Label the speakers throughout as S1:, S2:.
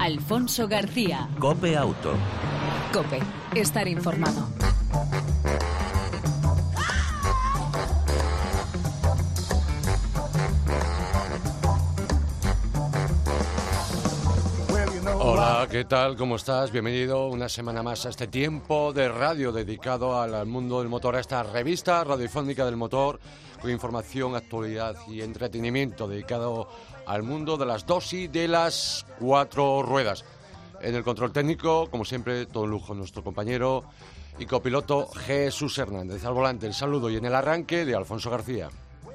S1: Alfonso García.
S2: COPE Auto.
S1: COPE. Estar informado.
S3: Hola, ¿qué tal? ¿Cómo estás? Bienvenido una semana más a este tiempo de radio dedicado al mundo del motor, a esta revista radiofónica del motor, con información, actualidad y entretenimiento dedicado al mundo de las dos y de las cuatro ruedas. En el control técnico, como siempre, todo lujo, nuestro compañero y copiloto Jesús Hernández. Al volante, el saludo y en el arranque de Alfonso García.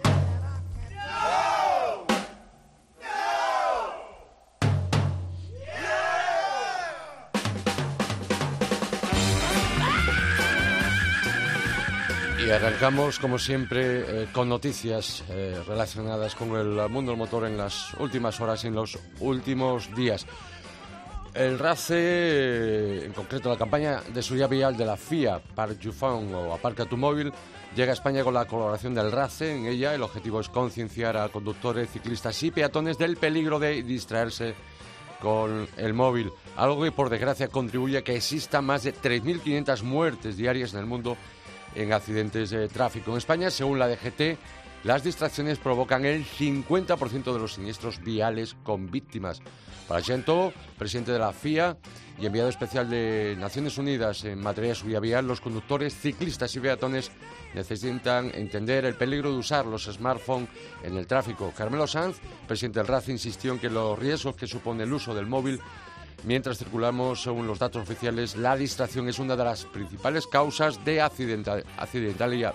S3: Y arrancamos, como siempre, con noticias relacionadas con el mundo del motor en las últimas horas y en los últimos días. El RACE, en concreto la campaña de seguridad vial de la FIA, Park Your Phone o Aparca tu móvil, llega a España con la colaboración del RACE. En ella el objetivo es concienciar a conductores, ciclistas y peatones del peligro de distraerse con el móvil, algo que por desgracia contribuye a que existan más de 3.500 muertes diarias en el mundo en accidentes de tráfico. En España, según la DGT, las distracciones provocan el 50% de los siniestros viales con víctimas. Para Gento, presidente de la FIA y enviado especial de Naciones Unidas en materia de seguridad vial, los conductores, ciclistas y peatones necesitan entender el peligro de usar los smartphones en el tráfico. Carmelo Sanz, presidente del RACE, insistió en que los riesgos que supone el uso del móvil mientras circulamos, según los datos oficiales, la distracción es una de las principales causas de accidentalidad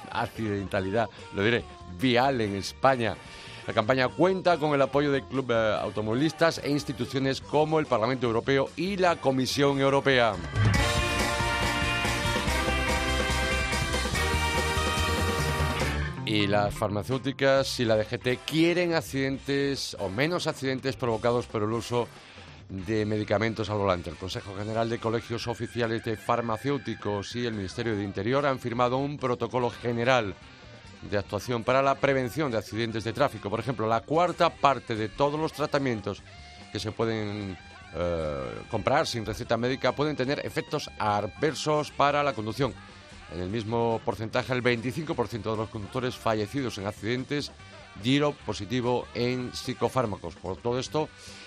S3: vial en España. La campaña cuenta con el apoyo de clubes automovilistas e instituciones como el Parlamento Europeo y la Comisión Europea. Y las farmacéuticas y la DGT quieren accidentes o menos accidentes provocados por el uso de medicamentos al volante. El Consejo General de Colegios Oficiales de Farmacéuticos y el Ministerio de Interior han firmado un protocolo general de actuación para la prevención de accidentes de tráfico. Por ejemplo, la cuarta parte de todos los tratamientos que se pueden comprar sin receta médica pueden tener efectos adversos para la conducción. En el mismo porcentaje, el 25% de los conductores fallecidos en accidentes dieron positivo en psicofármacos. Por todo esto,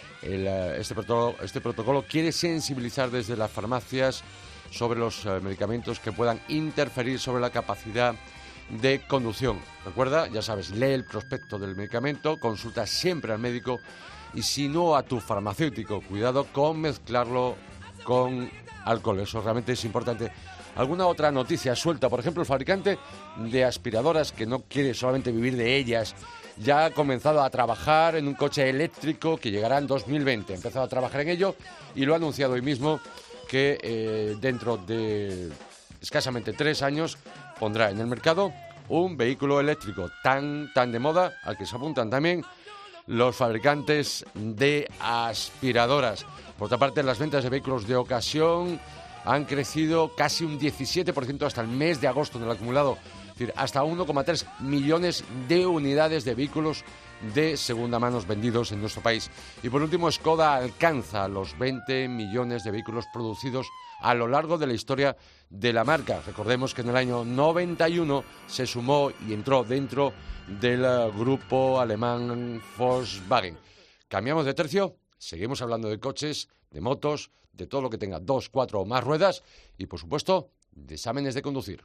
S3: este protocolo quiere sensibilizar desde las farmacias sobre los medicamentos que puedan interferir sobre la capacidad de conducción. Recuerda, ya sabes, lee el prospecto del medicamento, consulta siempre al médico y si no a tu farmacéutico. Cuidado con mezclarlo con alcohol, eso realmente es importante. ¿Alguna otra noticia suelta? Por ejemplo, el fabricante de aspiradoras, que no quiere solamente vivir de ellas, ya ha comenzado a trabajar en un coche eléctrico que llegará en 2020. Ha empezado a trabajar en ello y lo ha anunciado hoy mismo que dentro de escasamente 3 años pondrá en el mercado un vehículo eléctrico tan de moda al que se apuntan también los fabricantes de aspiradoras. Por otra parte, las ventas de vehículos de ocasión han crecido casi un 17% hasta el mes de agosto en el acumulado. Es decir, hasta 1,3 millones de unidades de vehículos de segunda mano vendidos en nuestro país. Y por último, Skoda alcanza los 20 millones de vehículos producidos a lo largo de la historia de la marca. Recordemos que en el año 91 se sumó y entró dentro del grupo alemán Volkswagen. Cambiamos de tercio, seguimos hablando de coches, de motos, de todo lo que tenga 2, 4 o más ruedas y, por supuesto, de exámenes de conducir.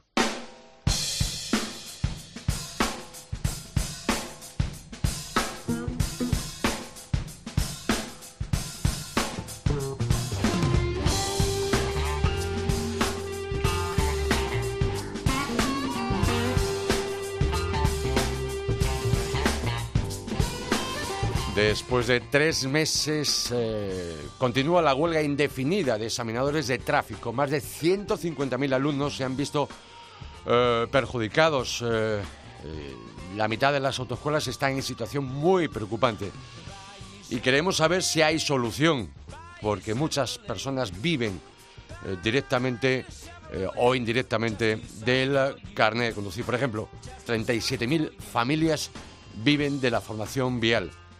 S3: Después de 3 meses continúa la huelga indefinida de examinadores de tráfico. Más de 150.000 alumnos se han visto perjudicados. La mitad de las autoescuelas están en situación muy preocupante. Y queremos saber si hay solución, porque muchas personas viven directamente o indirectamente del carnet de conducir. Por ejemplo, 37.000 familias viven de la formación vial.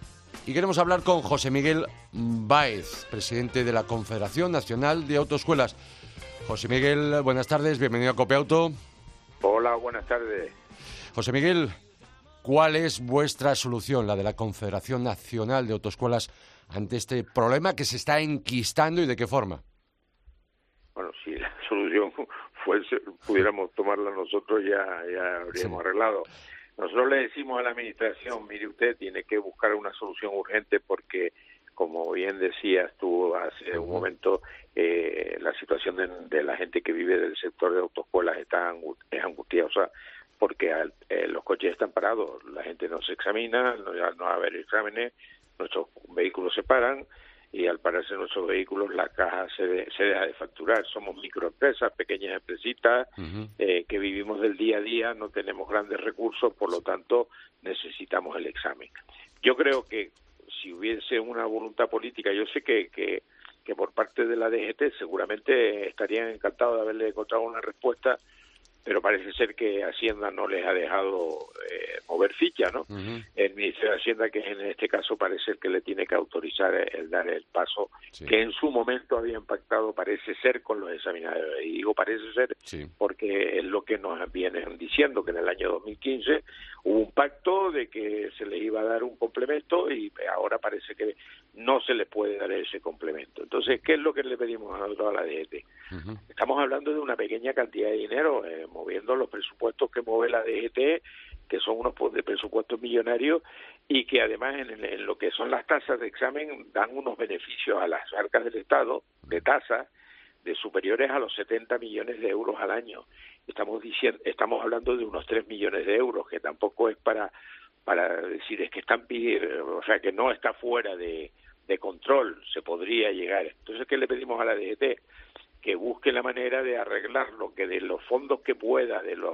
S3: Y queremos hablar con José Miguel Báez, presidente de la Confederación Nacional de Autoescuelas. José Miguel, buenas tardes, bienvenido a Copeauto.
S2: Hola, buenas tardes.
S3: José Miguel, ¿cuál es vuestra solución, la de la Confederación Nacional de Autoescuelas, ante este problema que se está enquistando y de qué forma?
S2: Bueno, si la solución pudiéramos tomarla nosotros, ya habríamos arreglado. Nosotros le decimos a la Administración, mire usted, tiene que buscar una solución urgente porque, como bien decías tú hace un momento, la situación de la gente que vive del sector de autoescuelas es angustiosa porque los coches están parados, la gente no se examina, no va a haber exámenes, nuestros vehículos se paran y al pararse nuestros vehículos la caja se deja de facturar. Somos microempresas, pequeñas empresitas que vivimos del día a día, no tenemos grandes recursos, por lo tanto necesitamos el examen. Yo creo que si hubiese una voluntad política, yo sé que por parte de la DGT seguramente estarían encantados de haberle encontrado una respuesta, pero parece ser que Hacienda no les ha dejado mover ficha, ¿no? El Ministerio de Hacienda, que en este caso parece que le tiene que autorizar el dar el paso, que en su momento había impactado, parece ser, con los examinadores. Y digo parece ser porque es lo que nos vienen diciendo, que en el año 2015 hubo un pacto de que se les iba a dar un complemento y ahora parece que no se les puede dar ese complemento. Entonces, ¿qué es lo que le pedimos a nosotros a la DGT? Estamos hablando de una pequeña cantidad de dinero, moviendo los presupuestos que mueve la DGT, que son unos de presupuestos millonarios y que además en lo que son las tasas de examen dan unos beneficios a las arcas del Estado de tasas de superiores a los 70 millones de euros al año. Estamos hablando de unos 3 millones de euros, que tampoco es para decir, es que están pidiendo, o sea, que no está fuera de control, se podría llegar. Entonces, ¿qué le pedimos a la DGT? Que busque la manera de arreglarlo, que de los fondos que pueda, del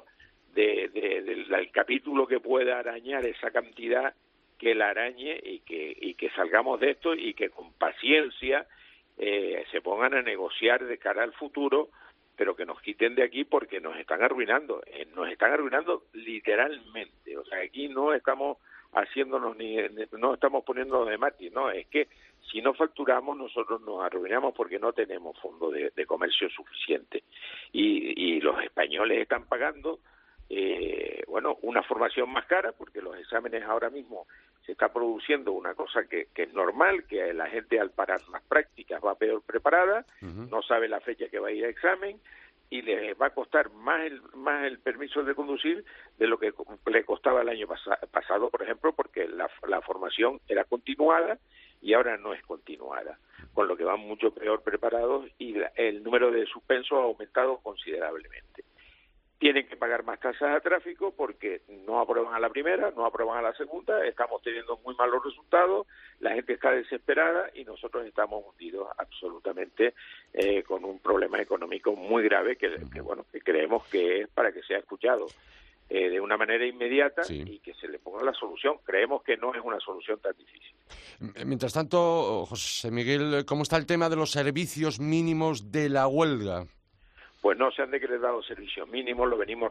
S2: capítulo que pueda arañar esa cantidad, que la arañe y que salgamos de esto y que con paciencia se pongan a negociar de cara al futuro, pero que nos quiten de aquí porque nos están arruinando literalmente. O sea, aquí no estamos no estamos poniéndonos de mártir, no, es que si no facturamos nosotros nos arruinamos porque no tenemos fondo de comercio suficiente y los españoles están pagando una formación más cara porque los exámenes ahora mismo se está produciendo una cosa que es normal, que la gente al parar las prácticas va peor preparada, no sabe la fecha que va a ir a examen y les va a costar más el permiso de conducir de lo que le costaba el año pasado, por ejemplo, porque la formación era continuada y ahora no es continuada, con lo que van mucho peor preparados y el número de suspensos ha aumentado considerablemente. Tienen que pagar más tasas a tráfico porque no aprueban a la primera, no aprueban a la segunda, estamos teniendo muy malos resultados, la gente está desesperada y nosotros estamos hundidos absolutamente con un problema económico muy grave que creemos que es para que sea escuchado de una manera inmediata y que se le ponga la solución. Creemos que no es una solución tan difícil.
S3: Mientras tanto, José Miguel, ¿cómo está el tema de los servicios mínimos de la huelga?
S2: Pues no se han decretado servicios mínimos, lo venimos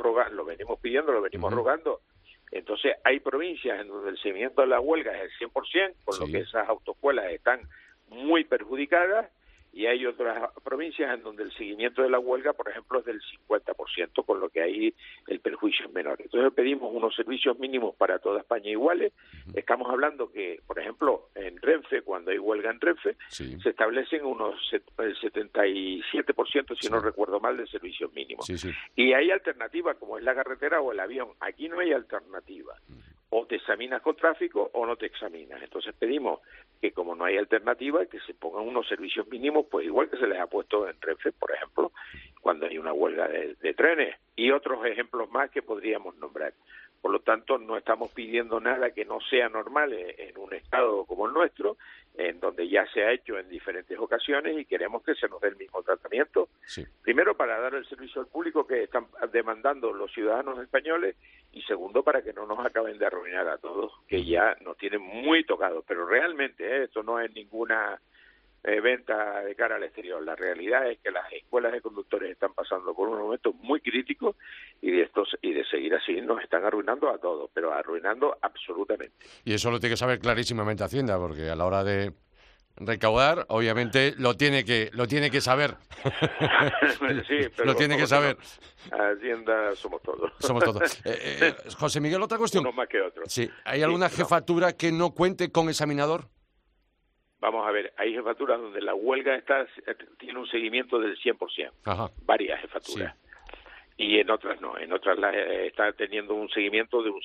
S2: rogando. Entonces hay provincias en donde el seguimiento de la huelga es el 100%, por lo que esas autoescuelas están muy perjudicadas, y hay otras provincias en donde el seguimiento de la huelga, por ejemplo, es del 50%, con lo que ahí el perjuicio es menor. Entonces pedimos unos servicios mínimos para toda España iguales. Estamos hablando que, por ejemplo, en Renfe, cuando hay huelga en Renfe, se establecen el 77%, si no recuerdo mal, de servicios mínimos. Y hay alternativas, como es la carretera o el avión. Aquí no hay alternativa. O te examinas con tráfico o no te examinas. Entonces pedimos que, como no hay alternativa, que se pongan unos servicios mínimos, pues igual que se les ha puesto en Renfe, por ejemplo, cuando hay una huelga de trenes, y otros ejemplos más que podríamos nombrar. Por lo tanto, no estamos pidiendo nada que no sea normal en un estado como el nuestro, en donde ya se ha hecho en diferentes ocasiones y queremos que se nos dé el mismo tratamiento. Primero, para dar el servicio al público que están demandando los ciudadanos españoles, y segundo, para que no nos acaben de arruinar a todos, que ya nos tienen muy tocados. Pero realmente esto no es ninguna venta de cara al exterior. La realidad es que las escuelas de conductores están pasando por un momento muy crítico y de seguir así nos están arruinando a todos, pero arruinando absolutamente.
S3: Y eso lo tiene que saber clarísimamente Hacienda, porque a la hora de recaudar, obviamente lo tiene que saber.
S2: Sí, pero
S3: lo tiene que saber.
S2: No. Hacienda somos todos.
S3: Somos todos. José Miguel, otra cuestión.
S2: Unos más que otros.
S3: Sí, ¿hay alguna jefatura que no cuente con examinador?
S2: Vamos a ver, hay jefaturas donde la huelga tiene un seguimiento del 100%.
S3: Ajá.
S2: Varias jefaturas. Sí. Y en otras no, en otras está teniendo un seguimiento de un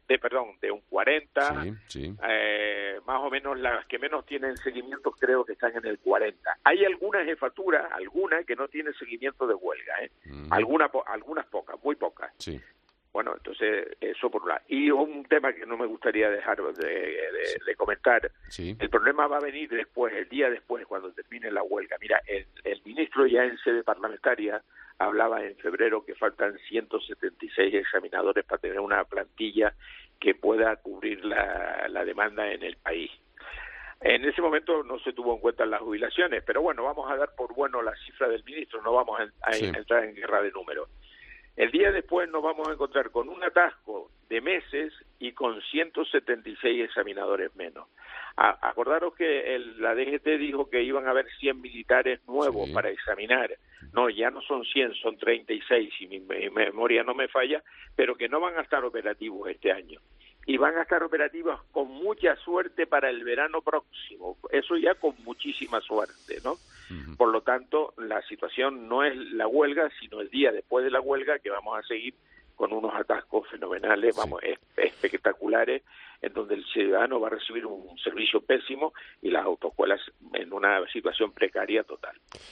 S2: 40,
S3: sí.
S2: Más o menos las que menos tienen seguimiento creo que están en el 40. Hay algunas jefaturas, que no tienen seguimiento de huelga, algunas pocas, muy pocas.
S3: Sí.
S2: Bueno, entonces eso por un lado. Y un tema que no me gustaría dejar de comentar,
S3: sí.
S2: El problema va a venir después, el día después, cuando termine la huelga. Mira, el ministro ya en sede parlamentaria hablaba en febrero que faltan 176 examinadores para tener una plantilla que pueda cubrir la demanda en el país. En ese momento no se tuvo en cuenta las jubilaciones, pero bueno, vamos a dar por bueno la cifra del ministro, no vamos a entrar en guerra de números. El día después nos vamos a encontrar con un atasco de meses y con 176 examinadores menos. Acordaros que la DGT dijo que iban a haber 100 militares nuevos para examinar. No, ya no son 100, son 36, si mi memoria no me falla, pero que no van a estar operativos este año. Y van a estar operativos con mucha suerte para el verano próximo. Eso ya con muchísima suerte, ¿no? Por lo tanto, la situación no es la huelga, sino el día después de la huelga, que vamos a seguir con unos atascos fenomenales, espectaculares, en donde el ciudadano va a recibir un servicio pésimo y las autoescuelas en una situación precaria total.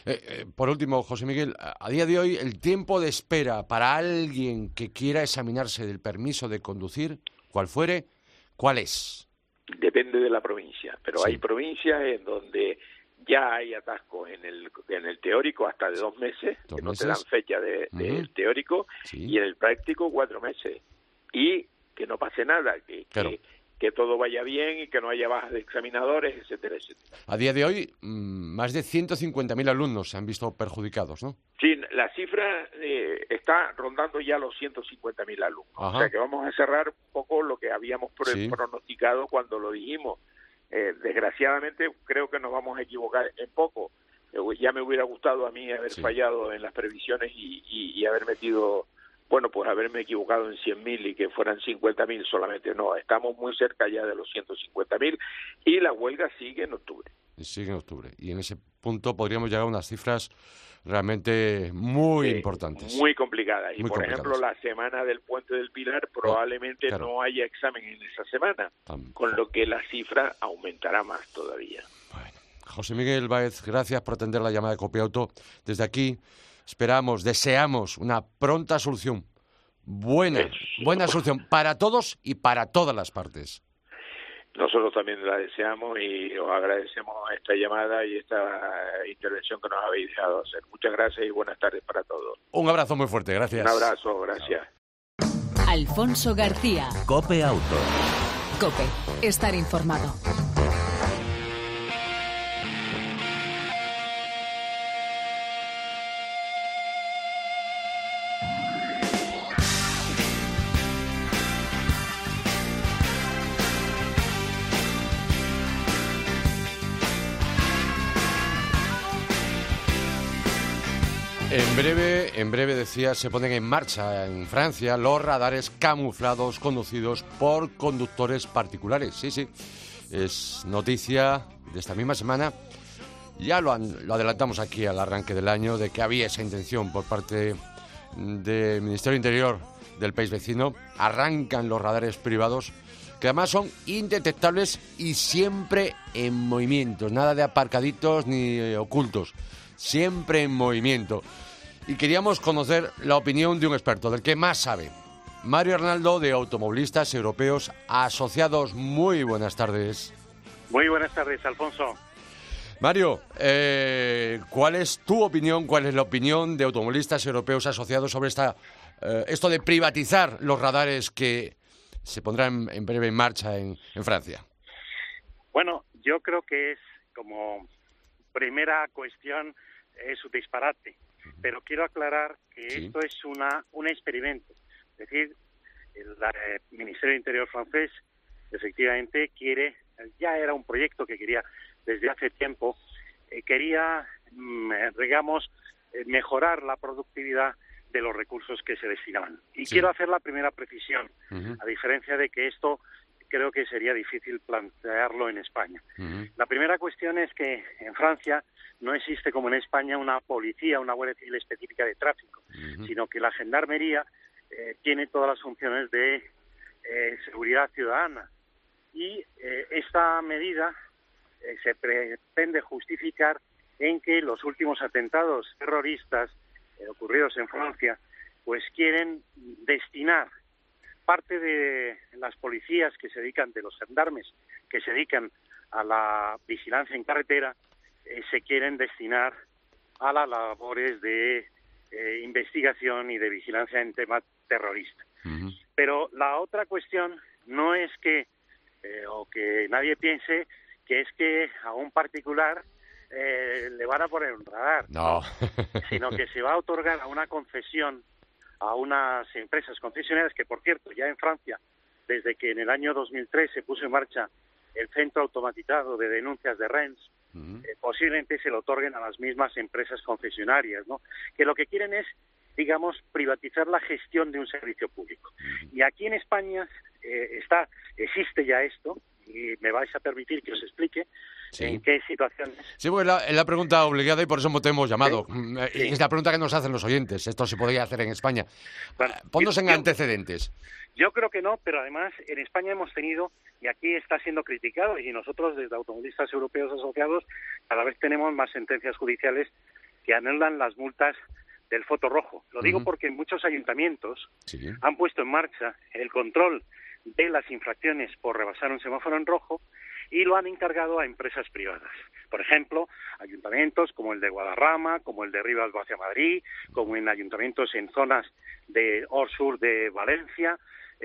S3: Por último, José Miguel, a día de hoy, el tiempo de espera para alguien que quiera examinarse del permiso de conducir, cual fuere, ¿cuál es?
S2: Depende de la provincia, pero hay provincias en donde ya hay atascos en el teórico hasta de 2 meses, que no te dan fecha del teórico, y en el práctico 4 meses. Y que no pase nada, que todo vaya bien y que no haya bajas de examinadores, etcétera, etcétera.
S3: A día de hoy, más de 150.000 alumnos se han visto perjudicados, ¿no?
S2: Sí, la cifra está rondando ya los 150.000 alumnos.
S3: Ajá.
S2: O sea que vamos a cerrar un poco lo que habíamos pronosticado cuando lo dijimos. Desgraciadamente creo que nos vamos a equivocar en poco. Ya me hubiera gustado a mí haber fallado en las previsiones y haber metido, haberme equivocado en 100.000 y que fueran 50.000 solamente. No, estamos muy cerca ya de los 150.000 y la huelga sigue en octubre.
S3: Sigue en octubre. Y en ese punto podríamos llegar a unas cifras realmente muy importantes.
S2: Muy complicadas. Y,
S3: muy
S2: por
S3: complicadas.
S2: ejemplo, la semana del Puente del Pilar probablemente no haya examen en esa semana, con lo que la cifra aumentará más todavía.
S3: Bueno, José Miguel Báez, gracias por atender la llamada de Copiauto. Desde aquí deseamos una pronta solución. Buena solución para todos y para todas las partes.
S2: Nosotros también la deseamos y os agradecemos esta llamada y esta intervención que nos habéis dejado hacer. Muchas gracias y buenas tardes para todos.
S3: Un abrazo muy fuerte, gracias.
S2: Un abrazo, gracias.
S1: Alfonso García.
S4: COPE Auto.
S1: COPE. Estar informado.
S3: En breve decía, se ponen en marcha en Francia los radares camuflados conducidos por conductores particulares. Sí, es noticia de esta misma semana. Ya lo adelantamos aquí al arranque del año de que había esa intención por parte del Ministerio del Interior del país vecino. Arrancan los radares privados que además son indetectables y siempre en movimiento. Nada de aparcaditos ni ocultos. Siempre en movimiento. Y queríamos conocer la opinión de un experto, del que más sabe. Mario Arnaldo, de Automovilistas Europeos Asociados. Muy buenas tardes.
S5: Muy buenas tardes, Alfonso.
S3: Mario, ¿cuál es tu opinión, cuál es la opinión de Automovilistas Europeos Asociados sobre esto de privatizar los radares que se pondrán en breve en marcha en Francia?
S5: Bueno, yo creo que es como primera cuestión es un disparate, pero quiero aclarar que esto es un experimento. Es decir, el Ministerio de Interior francés efectivamente ya era un proyecto que quería desde hace tiempo, quería, digamos, mejorar la productividad de los recursos que se destinaban. Y quiero hacer la primera precisión, a diferencia de que esto creo que sería difícil plantearlo en España. La primera cuestión es que en Francia no existe como en España una policía, una guardia civil específica de tráfico, sino que la gendarmería tiene todas las funciones de seguridad ciudadana. Y esta medida se pretende justificar en que los últimos atentados terroristas ocurridos en Francia, pues quieren destinar parte de las policías que se dedican, de los gendarmes que se dedican a la vigilancia en carretera, se quieren destinar a las labores de investigación y de vigilancia en tema terrorista. Pero la otra cuestión no es que, o que nadie piense, que es que a un particular le van a poner un radar,
S3: no.
S5: Sino que se va a otorgar a una concesión a unas empresas concesionarias que, por cierto, ya en Francia, desde que en el año 2003 se puso en marcha el centro automatizado de denuncias de Rennes, posiblemente se lo otorguen a las mismas empresas concesionarias, ¿no? Que lo que quieren es, digamos, privatizar la gestión de un servicio público. Y aquí en España existe ya esto, y me vais a permitir que os explique en qué situaciones.
S3: Sí, bueno, es la pregunta obligada y por eso te hemos llamado.
S5: Sí.
S3: Es la pregunta que nos hacen los oyentes. Esto se podría hacer en España. Bueno, ponnos en antecedentes.
S5: Yo creo que no, pero además en España hemos tenido, y aquí está siendo criticado, y nosotros desde Automovilistas Europeos Asociados cada vez tenemos más sentencias judiciales que anulan las multas del foto rojo. Lo digo porque muchos ayuntamientos han puesto en marcha el control de las infracciones por rebasar un semáforo en rojo y lo han encargado a empresas privadas. Por ejemplo, ayuntamientos como el de Guadarrama, como el de Rivas hacia Madrid, como en ayuntamientos en zonas de Sur de Valencia.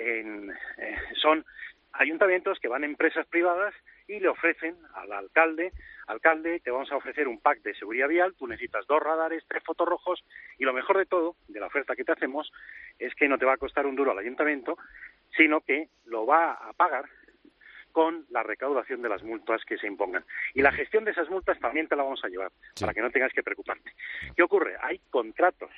S5: Son ayuntamientos que van a empresas privadas y le ofrecen al alcalde, te vamos a ofrecer un pack de seguridad vial, tú necesitas 2 radares, 3 fotorrojos, y lo mejor de todo, de la oferta que te hacemos, es que no te va a costar un duro al ayuntamiento, sino que lo va a pagar con la recaudación de las multas que se impongan. Y la gestión de esas multas también te la vamos a llevar, para que no tengas que preocuparte. ¿Qué ocurre? Hay contratos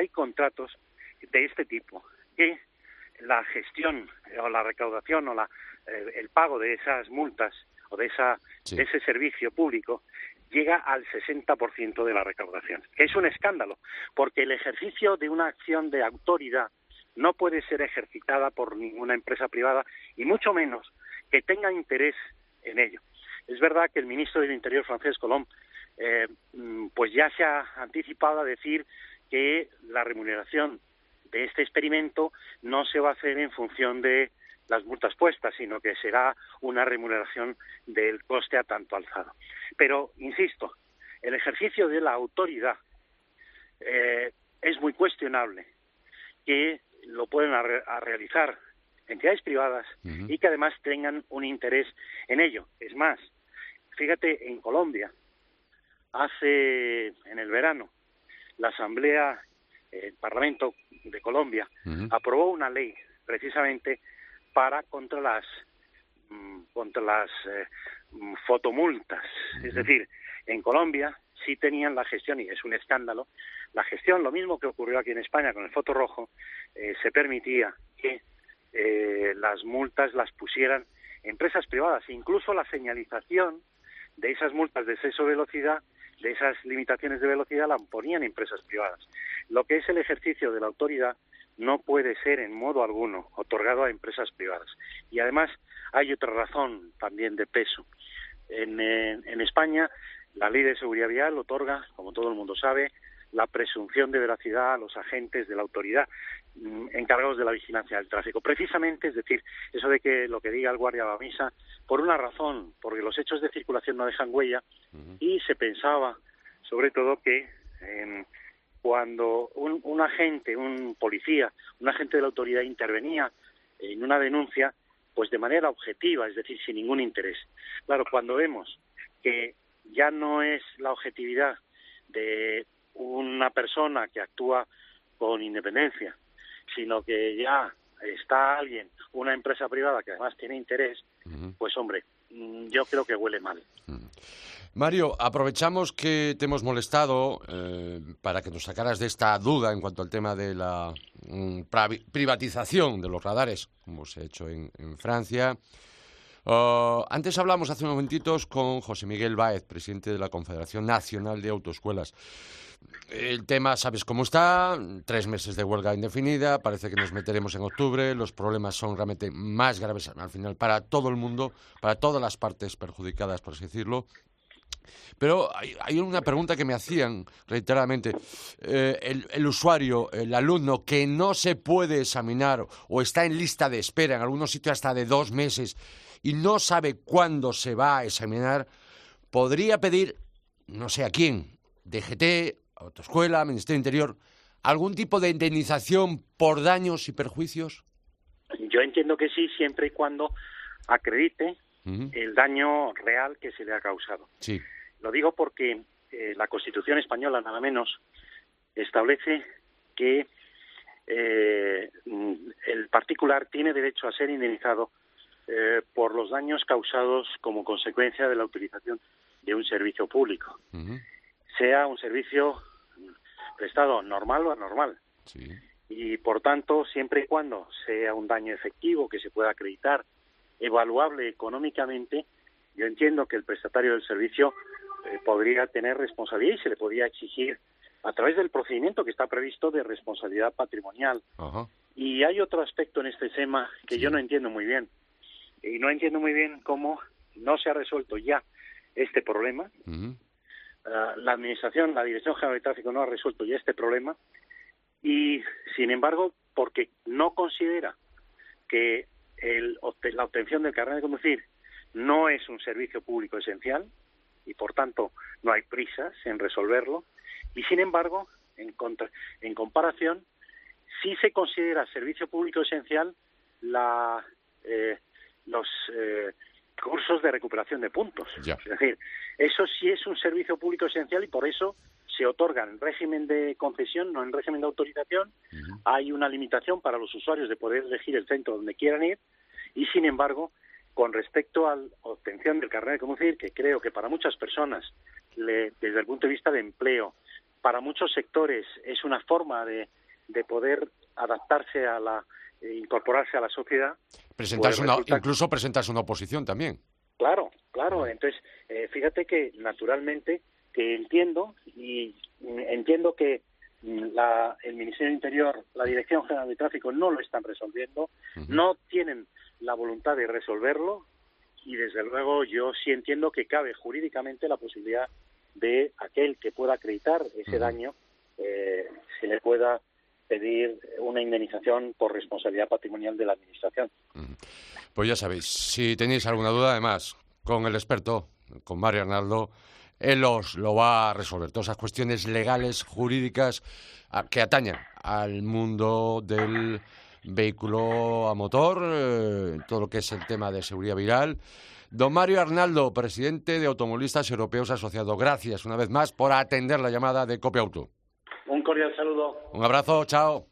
S5: de este tipo, que la gestión o la recaudación o el pago de esas multas o de ese servicio público llega al 60% de la recaudación. Es un escándalo, porque el ejercicio de una acción de autoridad no puede ser ejercitada por ninguna empresa privada, y mucho menos que tenga interés en ello. Es verdad que el ministro del Interior francés, Collomb, pues ya se ha anticipado a decir que la remuneración de este experimento no se va a hacer en función de las multas puestas, sino que será una remuneración del coste a tanto alzado. Pero, insisto, el ejercicio de la autoridad es muy cuestionable, que lo pueden realizar entidades privadas y que además tengan un interés en ello. Es más, fíjate, en Colombia, en el verano, la Asamblea, el Parlamento de Colombia, aprobó una ley precisamente contra las fotomultas. Es decir, en Colombia sí tenían la gestión, y es un escándalo, la gestión, lo mismo que ocurrió aquí en España con el foto rojo, se permitía que las multas las pusieran empresas privadas. Incluso la señalización de esas multas de exceso de velocidad, de esas limitaciones de velocidad, la ponían empresas privadas. Lo que es el ejercicio de la autoridad no puede ser en modo alguno otorgado a empresas privadas. Y además hay otra razón también de peso. En España la Ley de Seguridad Vial otorga, como todo el mundo sabe, la presunción de veracidad a los agentes de la autoridad encargados de la vigilancia del tráfico. Precisamente, es decir, eso de que lo que diga el guardia va a misa, por una razón, porque los hechos de circulación no dejan huella, y se pensaba, sobre todo, que cuando un agente, un policía, un agente de la autoridad intervenía en una denuncia, pues de manera objetiva, es decir, sin ningún interés. Claro, cuando vemos que ya no es la objetividad de una persona que actúa con independencia, sino que ya está alguien, una empresa privada que además tiene interés, pues hombre, yo creo que huele mal.
S3: Mario, aprovechamos que te hemos molestado para que nos sacaras de esta duda en cuanto al tema de la privatización de los radares, como se ha hecho en Francia. Antes hablamos hace unos momentitos con José Miguel Báez, presidente de la Confederación Nacional de Autoescuelas. El tema, sabes cómo está, 3 meses de huelga indefinida, parece que nos meteremos en octubre, los problemas son realmente más graves al final para todo el mundo, para todas las partes perjudicadas, por así decirlo. Pero hay una pregunta que me hacían reiteradamente. El usuario, el alumno que no se puede examinar o está en lista de espera, en algunos sitios hasta de 2 meses, y no sabe cuándo se va a examinar, podría pedir, no sé a quién, DGT, Autoescuela, Ministerio del Interior, algún tipo de indemnización por daños y perjuicios.
S5: Yo entiendo que sí, siempre y cuando acredite el daño real que se le ha causado.
S3: Sí.
S5: Lo digo porque la Constitución española, nada menos, establece que el particular tiene derecho a ser indemnizado por los daños causados como consecuencia de la utilización de un servicio público, sea un servicio prestado normal o anormal.
S3: Sí.
S5: Y, por tanto, siempre y cuando sea un daño efectivo que se pueda acreditar, evaluable económicamente, yo entiendo que el prestatario del servicio podría tener responsabilidad y se le podría exigir a través del procedimiento que está previsto de responsabilidad patrimonial.
S3: Ajá.
S5: Y hay otro aspecto en este tema que yo no entiendo muy bien. Y no entiendo muy bien cómo no se ha resuelto ya este problema. La Administración, la Dirección General de Tráfico no ha resuelto ya este problema y, sin embargo, porque no considera que la obtención del carnet de conducir no es un servicio público esencial y, por tanto, no hay prisas en resolverlo. Y, sin embargo, en comparación, sí se considera servicio público esencial los cursos de recuperación de puntos.
S3: Ya.
S5: Es decir, eso sí es un servicio público esencial y por eso se otorga en régimen de concesión, no en régimen de autorización. Hay una limitación para los usuarios de poder elegir el centro donde quieran ir y, sin embargo, con respecto a la obtención del carnet de conducir, que creo que para muchas personas, desde el punto de vista de empleo, para muchos sectores es una forma de poder adaptarse incorporarse a la sociedad.
S3: Incluso presentarse una oposición también.
S5: Claro. Entonces, fíjate que naturalmente que entiendo que el Ministerio del Interior, la Dirección General de Tráfico no lo están resolviendo, no tienen la voluntad de resolverlo y desde luego yo sí entiendo que cabe jurídicamente la posibilidad de aquel que pueda acreditar ese daño se le pueda pedir una indemnización por responsabilidad patrimonial de la Administración.
S3: Pues ya sabéis, si tenéis alguna duda, además, con el experto, con Mario Arnaldo, él os lo va a resolver. Todas esas cuestiones legales, jurídicas, que atañen al mundo del vehículo a motor, todo lo que es el tema de seguridad vial. Don Mario Arnaldo, presidente de Automovilistas Europeos Asociados, gracias una vez más por atender la llamada de Cope Auto.
S5: Un cordial saludo.
S3: Un abrazo, chao.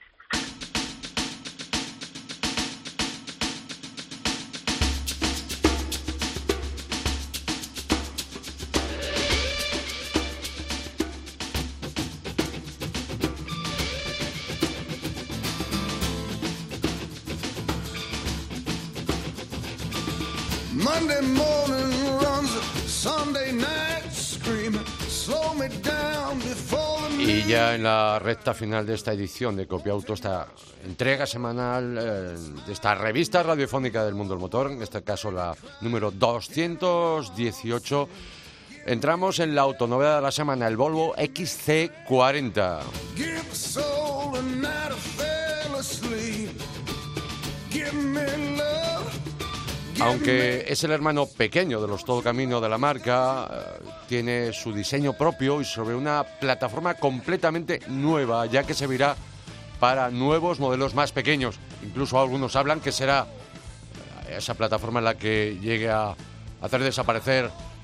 S4: Monday morning runs, Sunday night screaming, slow me down before the
S3: Y ya en la recta final de esta edición de Cope Auto, esta entrega semanal de esta revista radiofónica del mundo del motor, en este caso la número 218, entramos en la autonovedad de la semana, el Volvo XC40.
S4: give the soul a night I fell asleep. Give me love.
S3: Aunque es el hermano pequeño de los Todo Camino de la marca, tiene su diseño propio y sobre una plataforma completamente nueva, ya que servirá para nuevos modelos más pequeños. Incluso algunos hablan que será esa plataforma en la que llegue a hacer desaparecer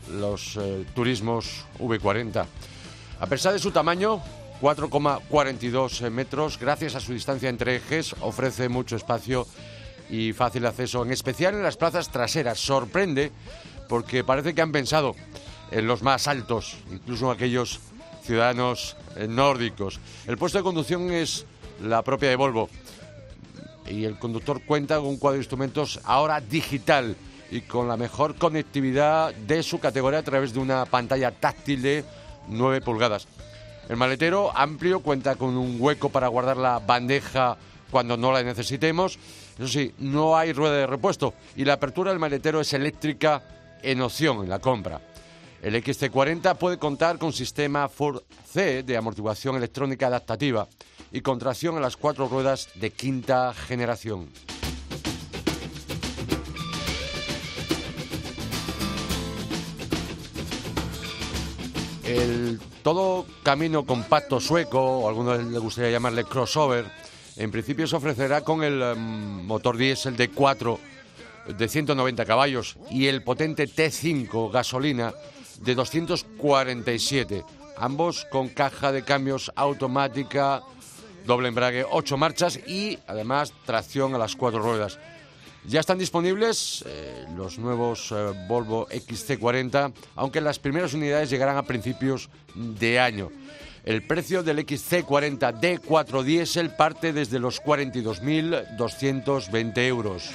S3: los turismos V40. A pesar de su tamaño, 4,42 metros, gracias a su distancia entre ejes, ofrece mucho espacio y fácil acceso, en especial en las plazas traseras. Sorprende porque parece que han pensado en los más altos, incluso en aquellos ciudadanos nórdicos. El puesto de conducción es la propia de Volvo y el conductor cuenta con un cuadro de instrumentos ahora digital y con la mejor conectividad de su categoría a través de una pantalla táctil de 9 pulgadas. El maletero amplio cuenta con un hueco para guardar la bandeja cuando no la necesitemos. Eso sí, no hay rueda de repuesto y la apertura del maletero es eléctrica en opción en la compra. El XC40 puede contar con sistema 4C de amortiguación electrónica adaptativa y con tracción a las 4 ruedas de quinta generación. El todo camino compacto sueco, o a algunos les gustaría llamarle crossover, en principio se ofrecerá con el motor diésel de 4 de 190 caballos y el potente T5 gasolina de 247, ambos con caja de cambios automática, doble embrague, 8 marchas y además tracción a las 4 ruedas. Ya están disponibles los nuevos Volvo XC40, aunque las primeras unidades llegarán a principios de año. El precio del XC40 D4 diésel parte desde los 42.220 euros.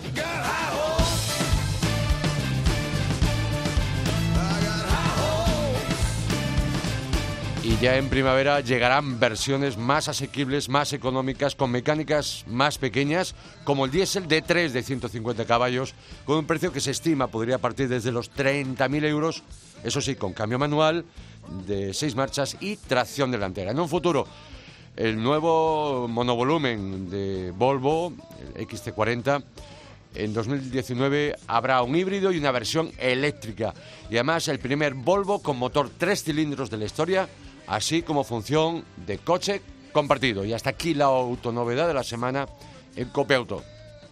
S3: Y ya en primavera llegarán versiones más asequibles, más económicas, con mecánicas más pequeñas, como el diésel D3 de 150 caballos, con un precio que se estima podría partir desde los 30.000 euros, eso sí, con cambio manual de 6 marchas y tracción delantera. En un futuro, el nuevo monovolumen de Volvo, el XC40, en 2019 habrá un híbrido y una versión eléctrica. Y además el primer Volvo con motor 3 cilindros de la historia, así como función de coche compartido. Y hasta aquí la autonovedad de la semana en Cope Auto.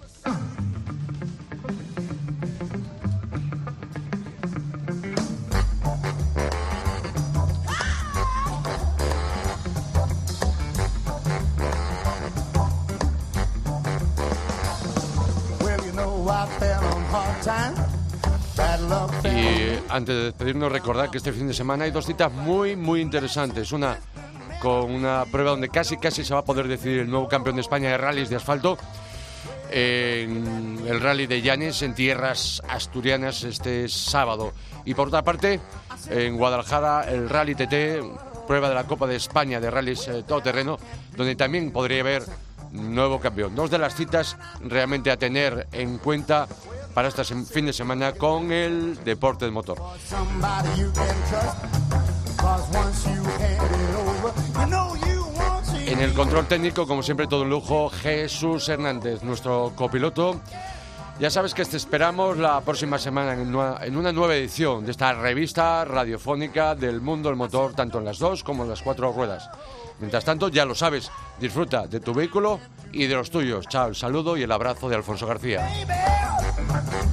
S3: Y antes de despedirnos, recordar que este fin de semana hay 2 citas muy interesantes. Una con una prueba donde casi se va a poder decidir el nuevo campeón de España de rallies de asfalto, en el rally de Llanes, en tierras asturianas, este sábado. Y por otra parte, en Guadalajara, el Rally TT, prueba de la Copa de España de rallies todoterreno, donde también podría haber nuevo campeón. 2 de las citas realmente a tener en cuenta para este fin de semana con el deporte del motor. En el control técnico, como siempre, todo un lujo, Jesús Hernández, nuestro copiloto. Ya sabes que te esperamos la próxima semana en una nueva edición de esta revista radiofónica del mundo del motor, tanto en las 2 como en las 4 ruedas. Mientras tanto, ya lo sabes, disfruta de tu vehículo y de los tuyos. Chao, el saludo y el abrazo de Alfonso García.